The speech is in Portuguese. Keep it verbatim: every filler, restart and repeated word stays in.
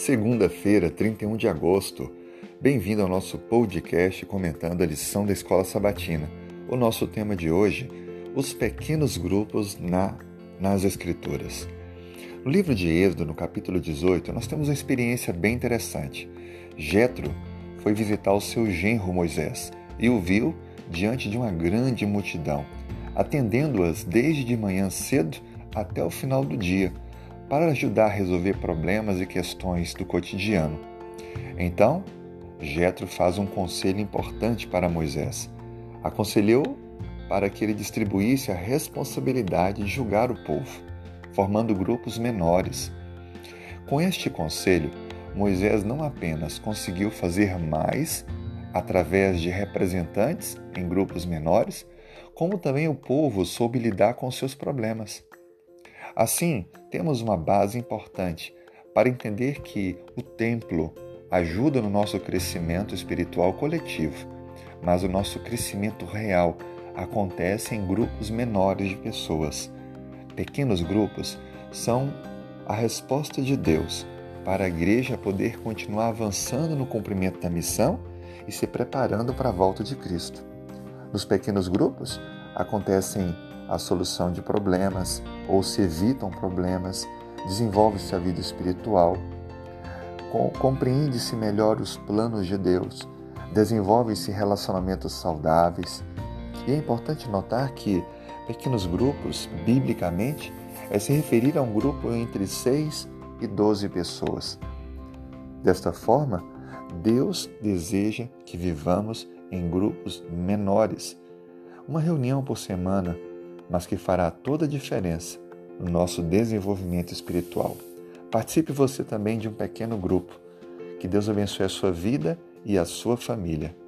Segunda-feira, trinta e um de agosto. Bem-vindo ao nosso podcast comentando a lição da Escola Sabatina. O nosso tema de hoje, os pequenos grupos na, nas Escrituras. No livro de Êxodo, no capítulo dezoito, nós temos uma experiência bem interessante. Jétro foi visitar o seu genro Moisés e o viu diante de uma grande multidão, atendendo-as desde de manhã cedo até o final do dia, para ajudar a resolver problemas e questões do cotidiano. Então, Jétro faz um conselho importante para Moisés. Aconselhou para que ele distribuísse a responsabilidade de julgar o povo, formando grupos menores. Com este conselho, Moisés não apenas conseguiu fazer mais através de representantes em grupos menores, como também o povo soube lidar com seus problemas. Assim, temos uma base importante para entender que o templo ajuda no nosso crescimento espiritual coletivo, mas o nosso crescimento real acontece em grupos menores de pessoas. Pequenos grupos são a resposta de Deus para a igreja poder continuar avançando no cumprimento da missão e se preparando para a volta de Cristo. Nos pequenos grupos acontecem a solução de problemas ou se evitam problemas, desenvolve-se a vida espiritual, compreende-se melhor os planos de Deus, desenvolvem-se relacionamentos saudáveis. E é importante notar que pequenos grupos, biblicamente, é se referir a um grupo entre seis e doze pessoas. Desta forma, Deus deseja que vivamos em grupos menores, uma reunião por semana, mas que fará toda a diferença no nosso desenvolvimento espiritual. Participe você também de um pequeno grupo. Que Deus abençoe a sua vida e a sua família.